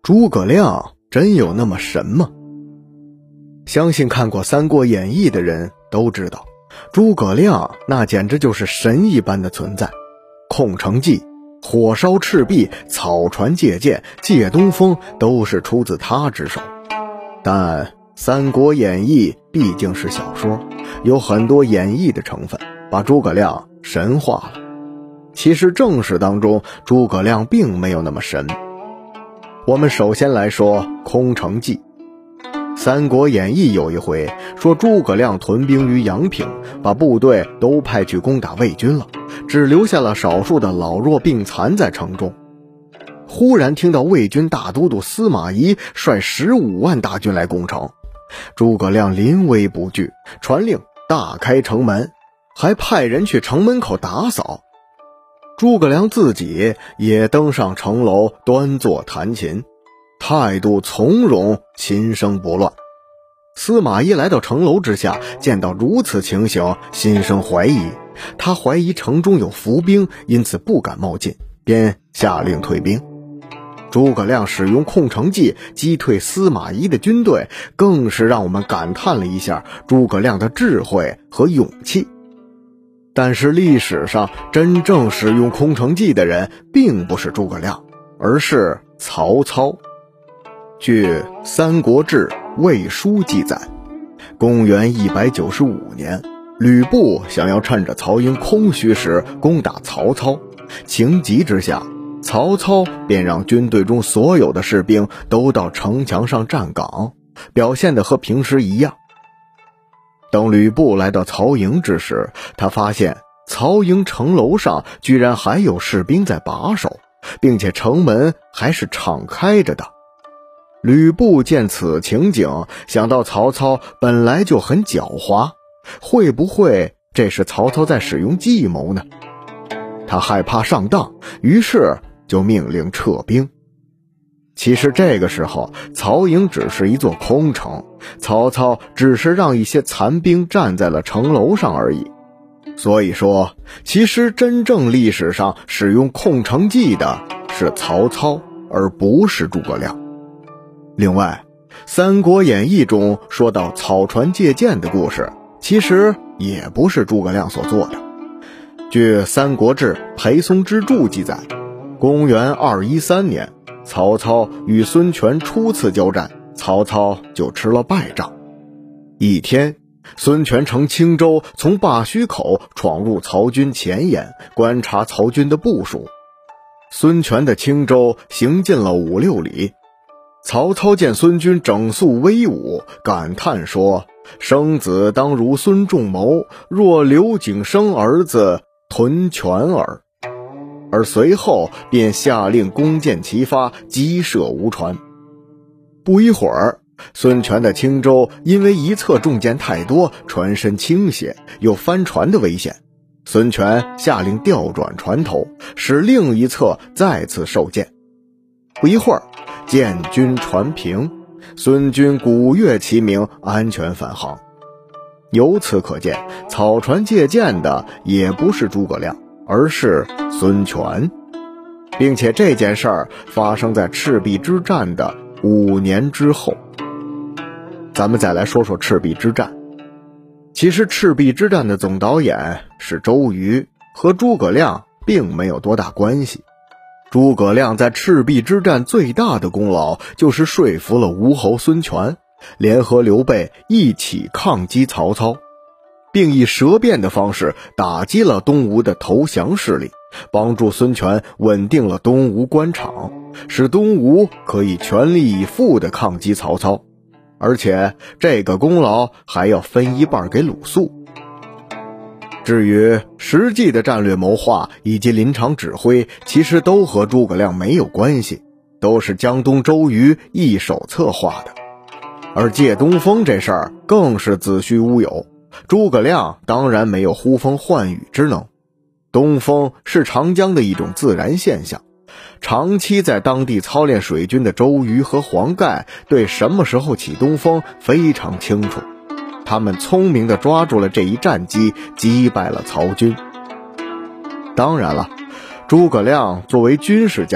诸葛亮真有那么神吗？相信看过《三国演义》的人都知道，诸葛亮那简直就是神一般的存在。空城计、火烧赤壁、草船借箭、借东风都是出自他之手。但《三国演义》毕竟是小说，有很多演绎的成分，把诸葛亮神化了。其实正史当中，诸葛亮并没有那么神。我们首先来说空城计。三国演义有一回说诸葛亮屯兵于阳平，把部队都派去攻打魏军了，只留下了少数的老弱病残在城中。忽然听到魏军大都督司马懿率15万大军来攻城，诸葛亮临危不惧，传令大开城门，还派人去城门口打扫。诸葛亮自己也登上城楼，端坐弹琴，态度从容，琴声不乱。司马懿来到城楼之下，见到如此情形，心生怀疑，他怀疑城中有伏兵，因此不敢冒进，便下令退兵。诸葛亮使用空城计击退司马懿的军队，更是让我们感叹了一下诸葛亮的智慧和勇气。但是历史上真正使用空城计的人并不是诸葛亮，而是曹操。据《三国志·魏书》记载，公元195年，吕布想要趁着曹营空虚时攻打曹操，情急之下，曹操便让军队中所有的士兵都到城墙上站岗，表现得和平时一样。等吕布来到曹营之时，他发现曹营城楼上居然还有士兵在把守，并且城门还是敞开着的。吕布见此情景，想到曹操本来就很狡猾，会不会这是曹操在使用计谋呢？他害怕上当，于是就命令撤兵。其实这个时候曹营只是一座空城，曹操只是让一些残兵站在了城楼上而已。所以说，其实真正历史上使用空城计的是曹操，而不是诸葛亮。另外，《三国演义》中说到草船借箭的故事，其实也不是诸葛亮所做的。据《三国志·裴松之注》记载，公元213年，曹操与孙权初次交战，曹操就吃了败仗。一天，孙权乘轻舟从灞虚口闯入曹军前沿，观察曹军的部署。孙权的轻舟行进了5-6里，曹操见孙军整肃威武，感叹说：“生子当如孙仲谋，若刘景升儿子屯泉耳。”而随后便下令弓箭齐发，击射无船。不一会儿，孙权的轻舟因为一侧重箭太多，船身倾斜，有翻船的危险。孙权下令调转船头，使另一侧再次受箭。不一会儿，箭军船平，孙军鼓乐齐鸣，安全返航。由此可见，草船借箭的也不是诸葛亮，而是孙权，并且这件事儿发生在赤壁之战的5年之后。咱们再来说说赤壁之战。其实赤壁之战的总导演是周瑜，和诸葛亮并没有多大关系。诸葛亮在赤壁之战最大的功劳就是说服了吴侯孙权，联合刘备一起抗击曹操，并以舌辩的方式打击了东吴的投降势力，帮助孙权稳定了东吴官场，使东吴可以全力以赴地抗击曹操。而且这个功劳还要分一半给鲁肃。至于实际的战略谋划以及临场指挥，其实都和诸葛亮没有关系，都是江东周瑜一手策划的。而借东风这事儿更是子虚乌有，诸葛亮当然没有呼风唤雨之能。东风是长江的一种自然现象，长期在当地操练水军的周瑜和黄盖对什么时候起东风非常清楚，他们聪明地抓住了这一战机，击败了曹军。当然了，诸葛亮作为军事家，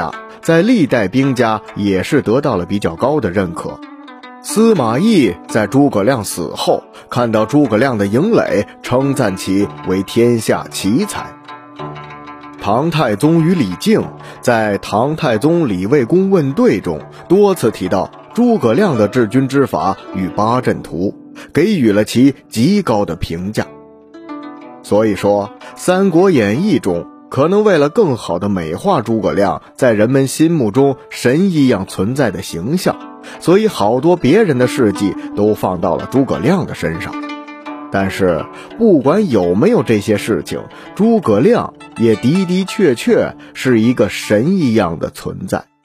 在历代兵家也是得到了比较高的认可。司马懿在诸葛亮死后，看到诸葛亮的营垒，称赞其为天下奇才。唐太宗与李靖在《唐太宗李卫公问对》中多次提到诸葛亮的治军之法与八阵图，给予了其极高的评价。所以说，《三国演义》中可能为了更好地美化诸葛亮在人们心目中神一样存在的形象，所以好多别人的事迹都放到了诸葛亮的身上。但是不管有没有这些事情，诸葛亮也的确是一个神一样的存在。